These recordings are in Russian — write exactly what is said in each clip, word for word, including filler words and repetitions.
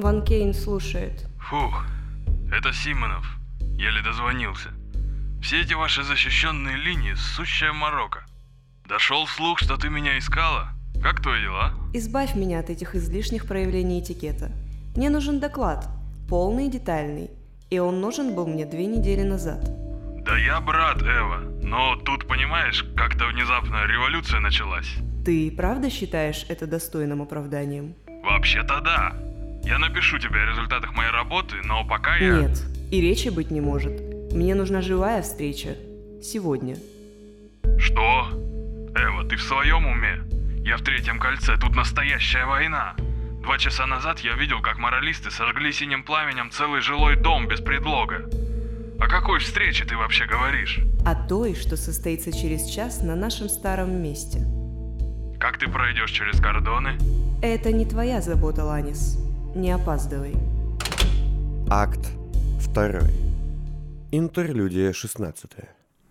Ван Кейн слушает. Фух, это Симонов. Еле дозвонился. Все эти ваши защищенные линии – сущая морока. Дошел слух, что ты меня искала? Как твои дела? Избавь меня от этих излишних проявлений этикета. Мне нужен доклад, полный и детальный. И он нужен был мне две недели назад. Да я брат, Эва. Но тут, понимаешь, как-то внезапно революция началась. Ты правда считаешь это достойным оправданием? Вообще-то да. Я напишу тебе о результатах моей работы, но пока я... Нет, и речи быть не может. Мне нужна живая встреча. Сегодня. Что? Эва, ты в своем уме? Я в Третьем кольце, тут настоящая война. Два часа назад я видел, как моралисты сожгли синим пламенем целый жилой дом без предлога. О какой встрече ты вообще говоришь? О той, что состоится через час на нашем старом месте. Как ты пройдешь через кордоны? Это не твоя забота, Ланис. Не опаздывай. Акт второй. Интерлюдия шестнадцатая.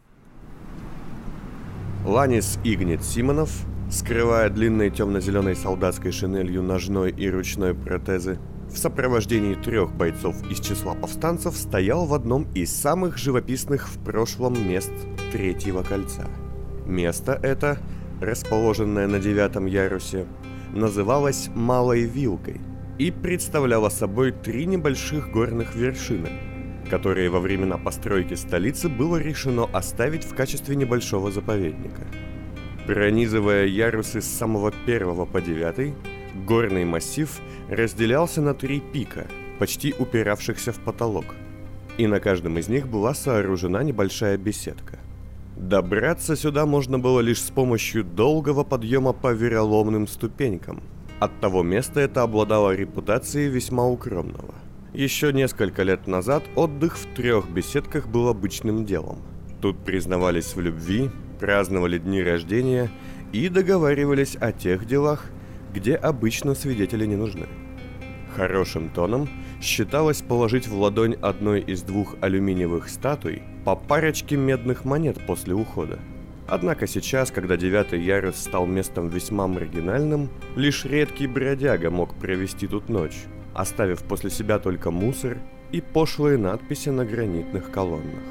Ланис Игнит Симонов, скрывая длинной темно-зеленой солдатской шинелью ножной и ручной протезы, в сопровождении трех бойцов из числа повстанцев стоял в одном из самых живописных в прошлом мест Третьего кольца. Место это, расположенное на девятом ярусе, называлось Малой Вилкой и представляло собой три небольших горных вершины, которые во времена постройки столицы было решено оставить в качестве небольшого заповедника. Пронизывая ярусы с самого первого по девятый, горный массив разделялся на три пика, почти упиравшихся в потолок, и на каждом из них была сооружена небольшая беседка. Добраться сюда можно было лишь с помощью долгого подъема по вероломным ступенькам. От того места это обладало репутацией весьма укромного. Еще несколько лет назад отдых в трех беседках был обычным делом. Тут признавались в любви, праздновали дни рождения и договаривались о тех делах, где обычно свидетели не нужны. Хорошим тоном считалось положить в ладонь одной из двух алюминиевых статуй по парочке медных монет после ухода. Однако сейчас, когда девятый ярус стал местом весьма маргинальным, лишь редкий бродяга мог провести тут ночь, оставив после себя только мусор и пошлые надписи на гранитных колоннах.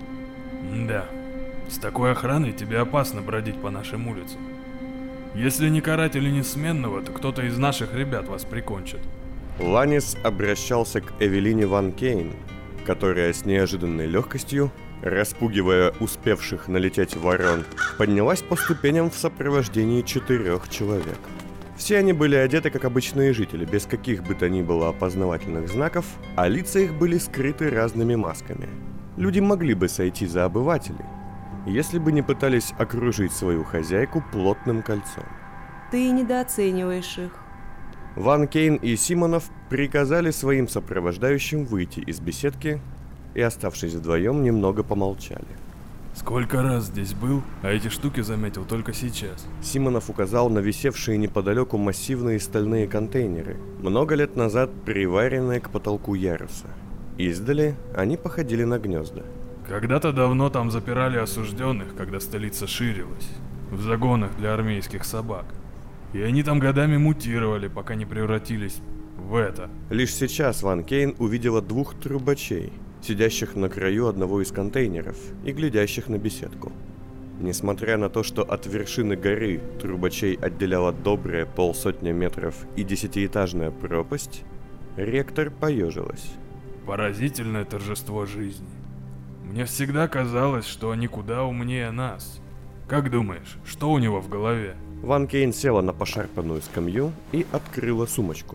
Да, с такой охраной тебе опасно бродить по нашим улицам. Если не каратели несменного, то кто-то из наших ребят вас прикончит. Ланис обращался к Эвелине Ван Кейн, которая с неожиданной легкостью, распугивая успевших налететь ворон, поднялась по ступеням в сопровождении четырех человек. Все они были одеты как обычные жители, без каких бы то ни было опознавательных знаков, а лица их были скрыты разными масками. Люди могли бы сойти за обывателей, если бы не пытались окружить свою хозяйку плотным кольцом. Ты недооцениваешь их. Ван Кейн и Симонов приказали своим сопровождающим выйти из беседки и, оставшись вдвоем, немного помолчали. Сколько раз здесь был, а эти штуки заметил только сейчас. Симонов указал на висевшие неподалеку массивные стальные контейнеры, много лет назад приваренные к потолку яруса. Издали они походили на гнезда. Когда-то давно там запирали осужденных, когда столица ширилась, в загонах для армейских собак. И они там годами мутировали, пока не превратились в это. Лишь сейчас Ван Кейн увидела двух трубачей, сидящих на краю одного из контейнеров и глядящих на беседку. Несмотря на то, что от вершины горы трубачей отделяла добрая полсотни метров и десятиэтажная пропасть, ректор поежилась. Поразительное торжество жизни. Мне всегда казалось, что они куда умнее нас. Как думаешь, что у него в голове? Ван Кейн села на пошарпанную скамью и открыла сумочку.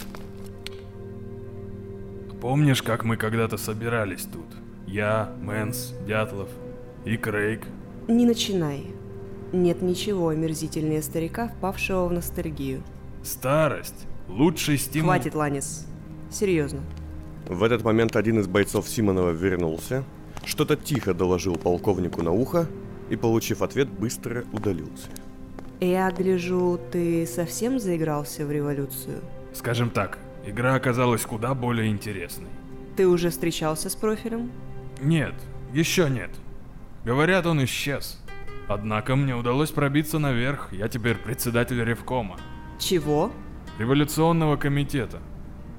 Помнишь, как мы когда-то собирались тут? Я, Мэнс, Дятлов и Крейг. Не начинай. Нет ничего омерзительнее старика, впавшего в ностальгию. Старость – лучший стимул. Хватит, Ланис. Серьезно. В этот момент один из бойцов Симонова вернулся, что-то тихо доложил полковнику на ухо и, получив ответ, быстро удалился. Я гляжу, ты совсем заигрался в революцию? Скажем так, игра оказалась куда более интересной. Ты уже встречался с профилем? Нет, еще нет. Говорят, он исчез. Однако мне удалось пробиться наверх, я теперь председатель ревкома. Чего? Революционного комитета.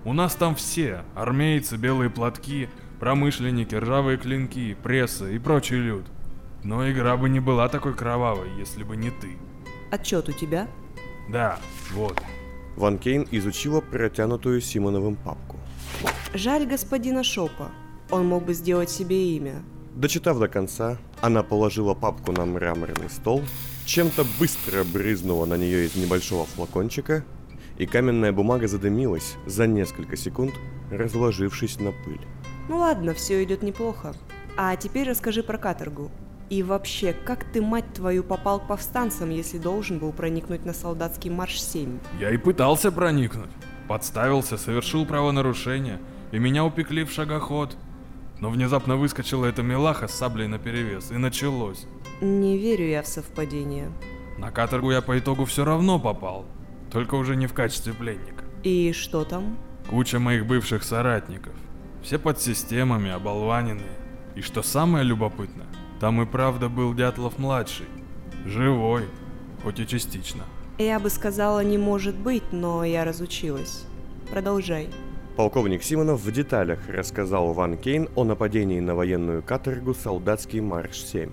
У нас там все. Армейцы, белые платки, промышленники, ржавые клинки, пресса и прочий люд. Но игра бы не была такой кровавой, если бы не ты. Отчет у тебя? Да, вот. Ван Кейн изучила протянутую Симоновым папку. Жаль господина Шопа. Он мог бы сделать себе имя. Дочитав до конца, она положила папку на мраморный стол, чем-то быстро брызнула на нее из небольшого флакончика, и каменная бумага задымилась за несколько секунд, разложившись на пыль. Ну ладно, все идет неплохо. А теперь расскажи про каторгу. И вообще, как ты, мать твою, попал к повстанцам, если должен был проникнуть на солдатский марш семь? Я и пытался проникнуть. Подставился, совершил правонарушение, и меня упекли в шагоход. Но внезапно выскочила эта милаха с саблей наперевес, и началось. Не верю я в совпадение. На каторгу я по итогу все равно попал, только уже не в качестве пленника. И что там? Куча моих бывших соратников. Все под системами, оболваненные. И что самое любопытное, там и правда был Дятлов-младший. Живой, хоть и частично. Я бы сказала, не может быть, но я разучилась. Продолжай. Полковник Симонов в деталях рассказал Ван Кейн о нападении на военную каторгу «Солдатский марш семь».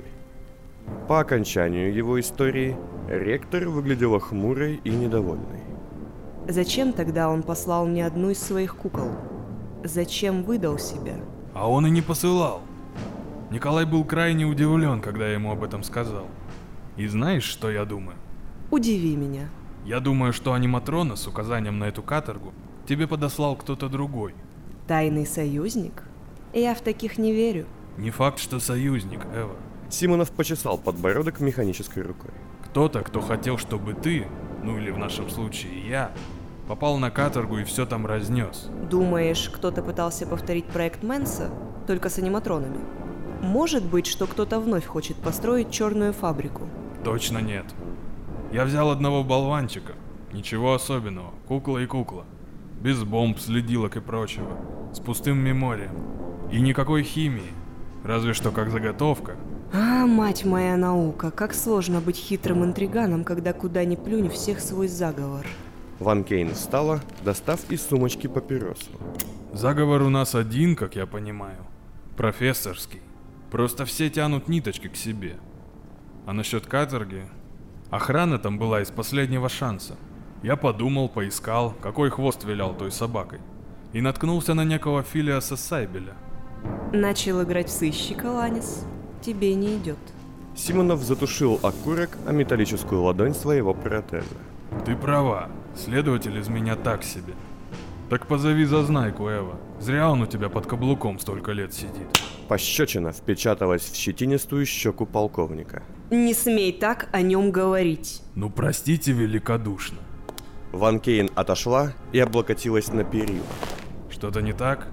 По окончанию его истории, ректор выглядела хмурой и недовольной. Зачем тогда он послал мне одну из своих кукол? Зачем выдал себя? А он и не посылал. Николай был крайне удивлен, когда я ему об этом сказал. И знаешь, что я думаю? Удиви меня. Я думаю, что аниматрона с указанием на эту каторгу тебе подослал кто-то другой. Тайный союзник? Я в таких не верю. Не факт, что союзник, Эва. Симонов почесал подбородок механической рукой. Кто-то, кто хотел, чтобы ты, ну или в нашем случае я, попал на каторгу и все там разнес. Думаешь, кто-то пытался повторить проект Мэнса, только с аниматронами? Может быть, что кто-то вновь хочет построить черную фабрику? Точно нет. Я взял одного болванчика. Ничего особенного. Кукла и кукла. Без бомб, следилок и прочего. С пустым меморием. И никакой химии. Разве что как заготовка. А, мать моя наука, как сложно быть хитрым интриганом, когда куда ни плюнь, всех свой заговор. Ван Кейн встала, достав из сумочки папиросу. Заговор у нас один, как я понимаю. Профессорский. Просто все тянут ниточки к себе. А насчет каторги... Охрана там была из последнего шанса. Я подумал, поискал, какой хвост вилял той собакой. И наткнулся на некого Филиаса Сайбеля. Начал играть в сыщика, Ланис. Тебе не идет. Симонов затушил окурок о металлическую ладонь своего протеза. Ты права, следователь из меня так себе. Так позови зазнайку, Эва. Зря он у тебя под каблуком столько лет сидит. Пощечина впечаталась в щетинистую щеку полковника. Не смей так о нем говорить. Ну простите великодушно. Ван Кейн отошла и облокотилась на перила. Что-то не так?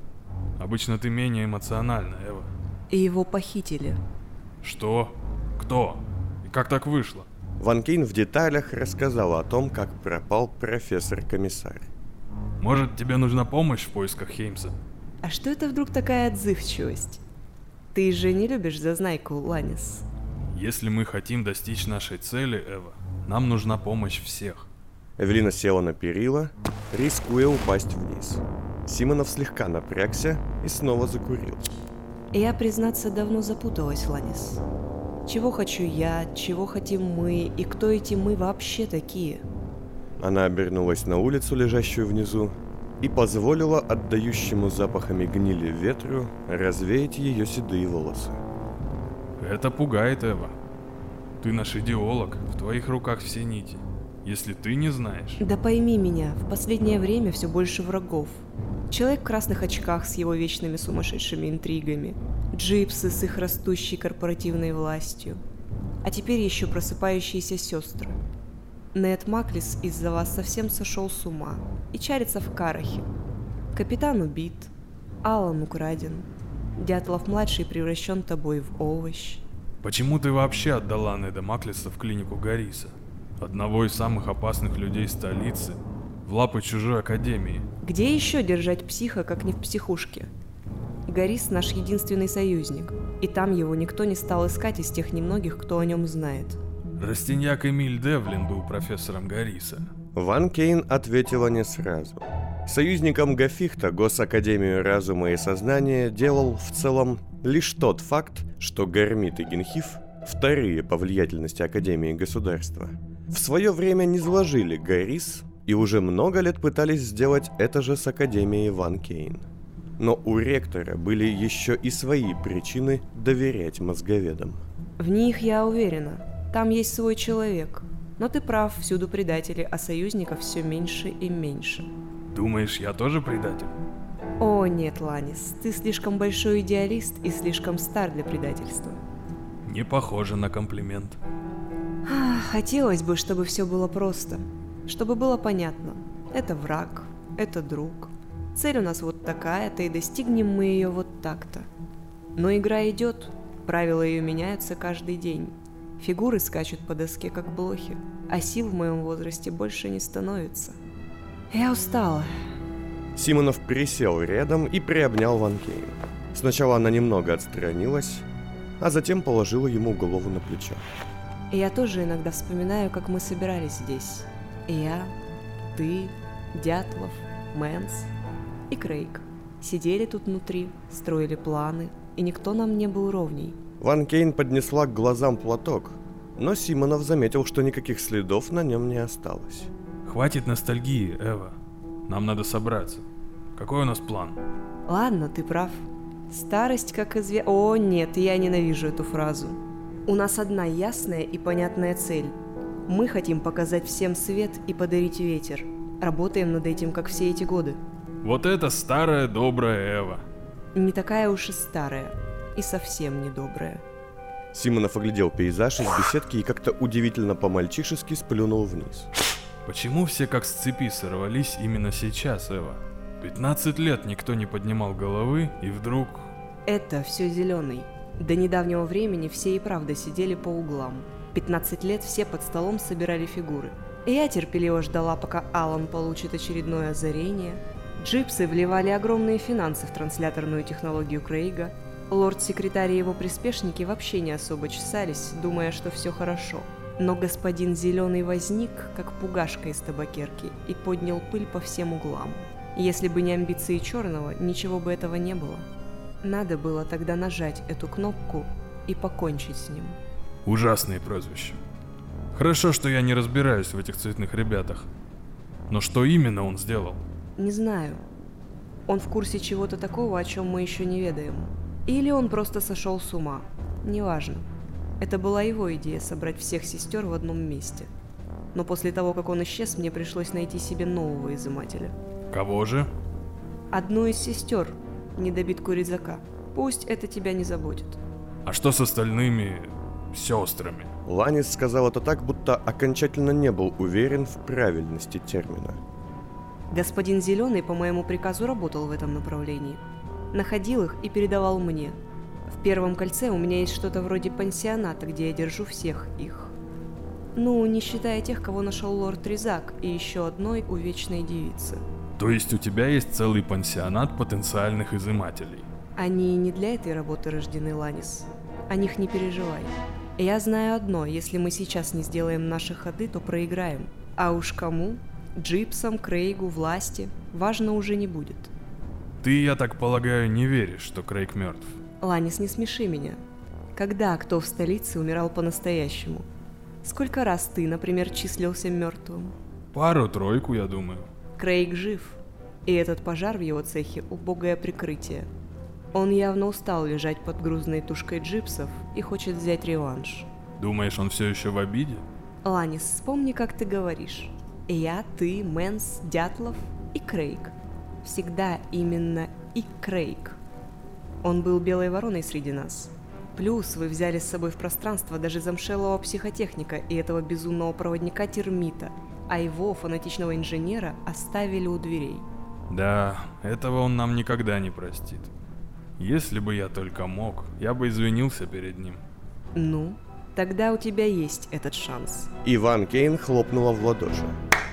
Обычно ты менее эмоциональна, Эва. И его похитили. Что? Кто? И как так вышло? Ван Кейн в деталях рассказал о том, как пропал профессор-комиссар. Может, тебе нужна помощь в поисках Хеймса? А что это вдруг такая отзывчивость? Ты же не любишь зазнайку, Ланис. Если мы хотим достичь нашей цели, Эва, нам нужна помощь всех. Эвелина села на перила, рискуя упасть вниз. Симонов слегка напрягся и снова закурил. Я, признаться, давно запуталась, Ланис. Чего хочу я, чего хотим мы, и кто эти мы вообще такие? Она обернулась на улицу, лежащую внизу, и позволила отдающему запахами гнили ветру развеять ее седые волосы. Это пугает, Эва. Ты наш идеолог, в твоих руках все нити. Если ты не знаешь... Да пойми меня, в последнее время все больше врагов. Человек в красных очках с его вечными сумасшедшими интригами, джипсы с их растущей корпоративной властью, а теперь еще просыпающиеся сестры. Нед Маклис из-за вас совсем сошел с ума и чарится в Карахе. Капитан убит, Алан украден, Дятлов-младший превращен тобой в овощ. Почему ты вообще отдала Неда Маклиса в клинику Гарриса? Одного из самых опасных людей столицы, в лапы чужой академии. Где еще держать психа, как не в психушке? Гаррис наш единственный союзник, и там его никто не стал искать из тех немногих, кто о нем знает. Растиньяк Эмиль Девлин был профессором Гарриса. Ван Кейн ответила не сразу. Союзником Гафихта Госакадемию разума и сознания делал в целом лишь тот факт, что Гармит и Генхиф, вторые по влиятельности Академии государства, в свое время низложили Гарис и уже много лет пытались сделать это же с Академией Ван Кейн. Но у ректора были еще и свои причины доверять мозговедам. В них я уверена. Там есть свой человек. Но ты прав, всюду предатели, а союзников все меньше и меньше. Думаешь, я тоже предатель? О нет, Ланис, ты слишком большой идеалист и слишком стар для предательства. Не похоже на комплимент. Хотелось бы, чтобы все было просто. Чтобы было понятно. Это враг, это друг. Цель у нас вот такая-то, и достигнем мы ее вот так-то. Но игра идет, правила ее меняются каждый день. Фигуры скачут по доске, как блохи, а сил в моем возрасте больше не становится. Я устала. Симонов присел рядом и приобнял Ван Кейн. Сначала она немного отстранилась, а затем положила ему голову на плечо. Я тоже иногда вспоминаю, как мы собирались здесь. Я, ты, Дятлов, Мэнс и Крейг. Сидели тут внутри, строили планы, и никто нам не был ровней. Ван Кейн поднесла к глазам платок, но Симонов заметил, что никаких следов на нем не осталось. Хватит ностальгии, Эва. Нам надо собраться. Какой у нас план? Ладно, ты прав. Старость, как известно... О, нет, я ненавижу эту фразу. У нас одна ясная и понятная цель. Мы хотим показать всем свет и подарить ветер. Работаем над этим, как все эти годы. Вот это старая добрая Эва. Не такая уж и старая. И совсем не добрая. Симонов оглядел пейзаж из беседки и как-то удивительно по-мальчишески сплюнул вниз. Почему все как с цепи сорвались именно сейчас, Эва? пятнадцать лет никто не поднимал головы, и вдруг... Это все зеленый. До недавнего времени все и правда сидели по углам. пятнадцать лет все под столом собирали фигуры. И я терпеливо ждала, пока Алан получит очередное озарение. Джипсы вливали огромные финансы в трансляторную технологию Крейга. Лорд-секретарь и его приспешники вообще не особо чесались, думая, что все хорошо. Но господин Зеленый возник, как пугашка из табакерки, и поднял пыль по всем углам. Если бы не амбиции Черного, ничего бы этого не было. Надо было тогда нажать эту кнопку и покончить с ним. Ужасные прозвища. Хорошо, что я не разбираюсь в этих цветных ребятах. Но что именно он сделал? Не знаю. Он в курсе чего-то такого, о чем мы еще не ведаем. Или он просто сошел с ума. Неважно. Это была его идея собрать всех сестер в одном месте. Но после того, как он исчез, мне пришлось найти себе нового изымателя. Кого же? Одну из сестер, недобитку Резака. Пусть это тебя не заботит. А что с остальными сестрами? Ланис сказал это так, будто окончательно не был уверен в правильности термина. Господин Зеленый по моему приказу работал в этом направлении. Находил их и передавал мне. В первом кольце у меня есть что-то вроде пансионата, где я держу всех их. Ну, не считая тех, кого нашел лорд Резак, и еще одной увечной девицы. То есть у тебя есть целый пансионат потенциальных изымателей? Они не для этой работы рождены, Ланис. О них не переживай. Я знаю одно, если мы сейчас не сделаем наши ходы, то проиграем. А уж кому? Джипсам, Крейгу, власти. Важно уже не будет. Ты, я так полагаю, не веришь, что Крейг мертв? Ланис, не смеши меня. Когда кто в столице умирал по-настоящему? Сколько раз ты, например, числился мертвым? Пару-тройку, я думаю. Крейг жив. И этот пожар в его цехе – убогое прикрытие. Он явно устал лежать под грузной тушкой джипсов и хочет взять реванш. Думаешь, он все еще в обиде? Ланис, вспомни, как ты говоришь. Я, ты, Мэнс, Дятлов и Крейг. Всегда именно и Крейг. Он был белой вороной среди нас. Плюс вы взяли с собой в пространство даже замшелого психотехника и этого безумного проводника Термита, а его, фанатичного инженера, оставили у дверей. Да, этого он нам никогда не простит. Если бы я только мог, я бы извинился перед ним. Ну, тогда у тебя есть этот шанс. И Ван Кейн хлопнула в ладоши.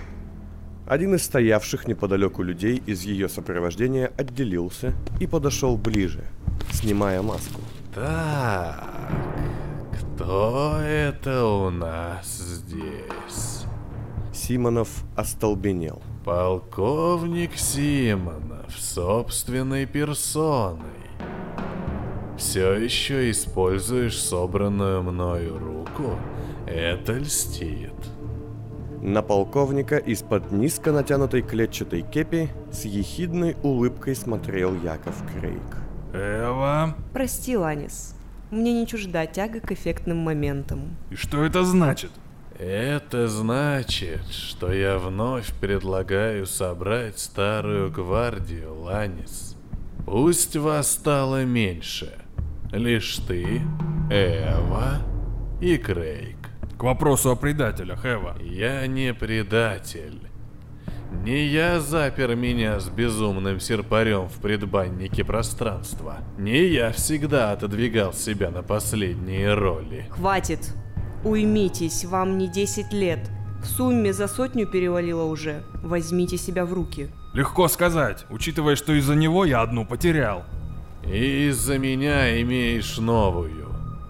Один из стоявших неподалеку людей из ее сопровождения отделился и подошел ближе, снимая маску. Так, кто это у нас здесь? Симонов остолбенел. Полковник Симонов собственной персоной. Все еще используешь собранную мною руку? Это льстит. На полковника из-под низко натянутой клетчатой кепи с ехидной улыбкой смотрел Яков Крейг. Эва? Прости, Ланис. Мне не чужда тяга к эффектным моментам. И что это значит? Это значит, что я вновь предлагаю собрать старую гвардию, Ланис. Пусть вас стало меньше. Лишь ты, Эва и Крейг. К вопросу о предателях, Эва. Я не предатель. Не я запер меня с безумным серпарем в предбаннике пространства. Не я всегда отодвигал себя на последние роли. Хватит! Уймитесь, вам не десять лет. В сумме за сотню перевалило уже. Возьмите себя в руки. Легко сказать, учитывая, что из-за него я одну потерял. И из-за меня имеешь новую.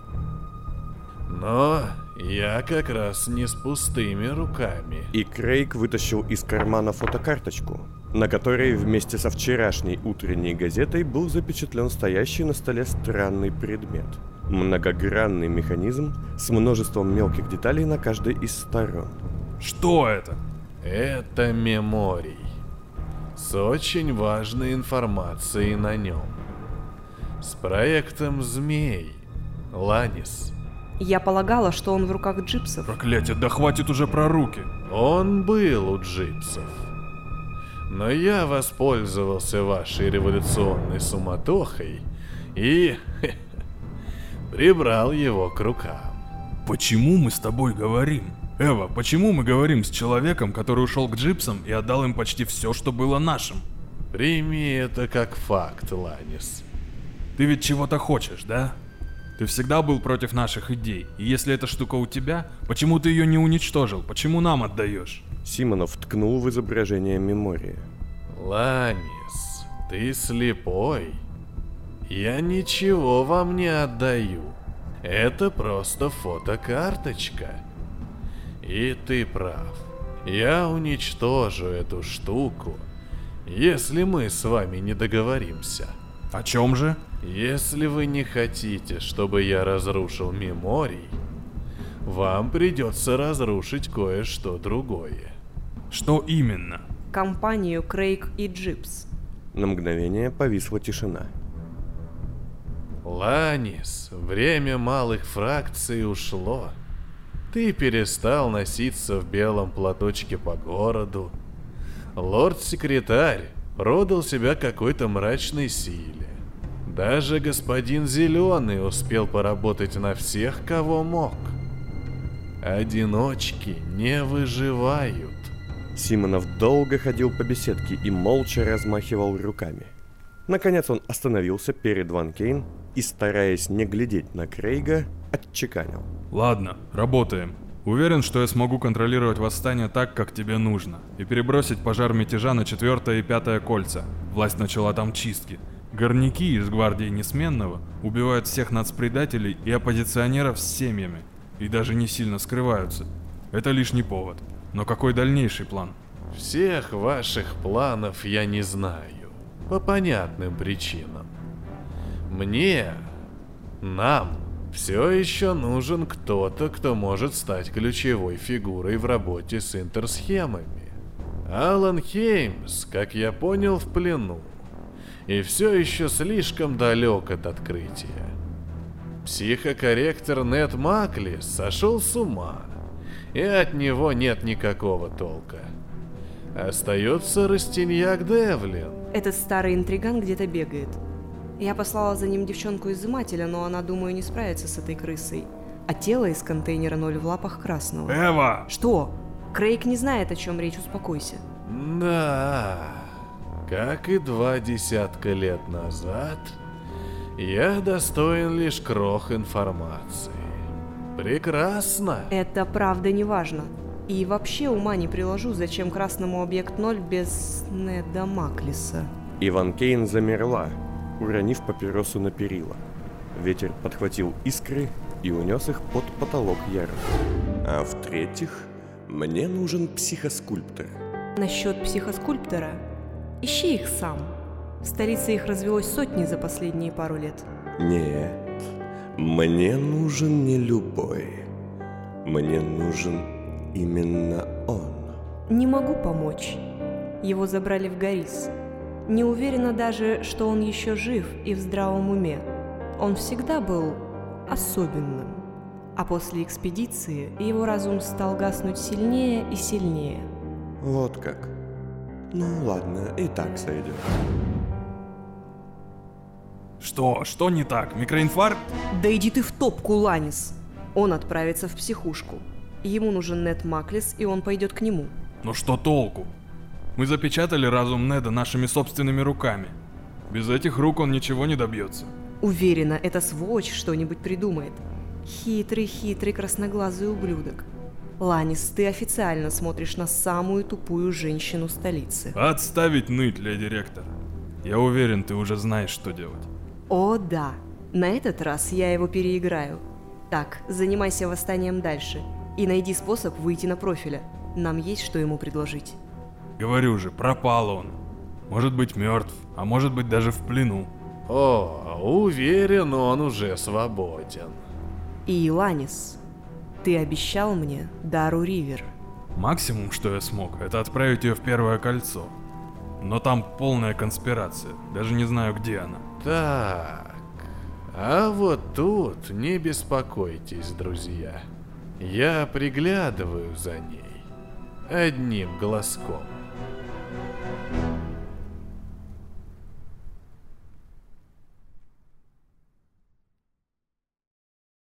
Но я как раз не с пустыми руками. И Крейг вытащил из кармана фотокарточку, на которой вместе со вчерашней утренней газетой был запечатлен стоящий на столе странный предмет. Многогранный механизм с множеством мелких деталей на каждой из сторон. Что это? Это меморий. С очень важной информацией на нем. С проектом «Змей». Ланис. Я полагала, что он в руках джипсов. Проклятие, да хватит уже про руки. Он был у джипсов. Но я воспользовался вашей революционной суматохой и прибрал его к рукам. Почему мы с тобой говорим? Эва, почему мы говорим с человеком, который ушел к джипсам и отдал им почти все, что было нашим? Прими это как факт, Ланис. Ты ведь чего-то хочешь, да? Ты всегда был против наших идей, и если эта штука у тебя, почему ты ее не уничтожил? Почему нам отдаешь? Симонов ткнул в изображение мемории. Ланис, ты слепой. Я ничего вам не отдаю. Это просто фотокарточка. И ты прав. Я уничтожу эту штуку, если мы с вами не договоримся. О чем же? Если вы не хотите, чтобы я разрушил меморий, вам придется разрушить кое-что другое. Что именно? Компанию Крейг и Джипс. На мгновение повисла тишина. Ланис, время малых фракций ушло. Ты перестал носиться в белом платочке по городу. Лорд-секретарь продал себя какой-то мрачной силе. Даже господин Зеленый успел поработать на всех, кого мог. Одиночки не выживают. Симонов долго ходил по беседке и молча размахивал руками. Наконец он остановился перед Ван Кейн и, стараясь не глядеть на Крейга, отчеканил. Ладно, работаем. Уверен, что я смогу контролировать восстание так, как тебе нужно, и перебросить пожар мятежа на четвертое и пятое кольца. Власть начала там чистки. Горняки из гвардии Несменного убивают всех нацпредателей и оппозиционеров с семьями, и даже не сильно скрываются. Это лишний повод. Но какой дальнейший план? Всех ваших планов я не знаю, по понятным причинам. Мне, нам, все еще нужен кто-то, кто может стать ключевой фигурой в работе с интерсхемами. Алан Хеймс, как я понял, в плену. И все еще слишком далек от открытия. Психокорректор Нед Маклис сошел с ума, и от него нет никакого толка. Остается Растиньяк Девлин. Этот старый интриган где-то бегает. Я послала за ним девчонку-изымателя, но она, думаю, не справится с этой крысой. А тело из контейнера ноль в лапах Красного. Эва! Что? Крейг не знает, о чем речь, успокойся. Да, как и два десятка лет назад, я достоин лишь крох информации. Прекрасно. Это правда не важно. И вообще ума не приложу, зачем Красному объект ноль без Неда Маклиса. И Ван Кейн замерла, уронив папиросу на перила. Ветер подхватил искры и унес их под потолок яруса. А в-третьих, Мне нужен психоскульптор. Насчет психоскульптора, ищи их сам. В столице их развелось сотни за последние пару лет. Нет, мне нужен не любой. Мне нужен именно он. Не могу помочь. Его забрали в Горис. Не уверена даже, что он еще жив и в здравом уме. Он всегда был особенным. А после экспедиции его разум стал гаснуть сильнее и сильнее. Вот как. Ну ладно, и так сойдет. Что? Что не так? Микроинфаркт? Да иди ты в топку, Ланис! Он отправится в психушку. Ему нужен Нед Маклис, и он пойдет к нему. Но что толку? Мы запечатали разум Неда нашими собственными руками. Без этих рук он ничего не добьется. Уверена, эта сволочь что-нибудь придумает. Хитрый-хитрый красноглазый ублюдок. Ланис, ты официально смотришь на самую тупую женщину столицы. Отставить ныть, леди ректор. Я уверен, ты уже знаешь, что делать. О да, на этот раз я его переиграю. Так, занимайся восстанием дальше и найди способ выйти на профиля. Нам есть что ему предложить. Говорю же, пропал он. Может быть мертв, а может быть даже в плену. О, уверен, он уже свободен. И, Ланис, ты обещал мне Дару Ривер. Максимум, что я смог, это отправить ее в Первое кольцо. Но там полная конспирация, даже не знаю, где она. Так, а вот тут не беспокойтесь, друзья. Я приглядываю за ней одним глазком.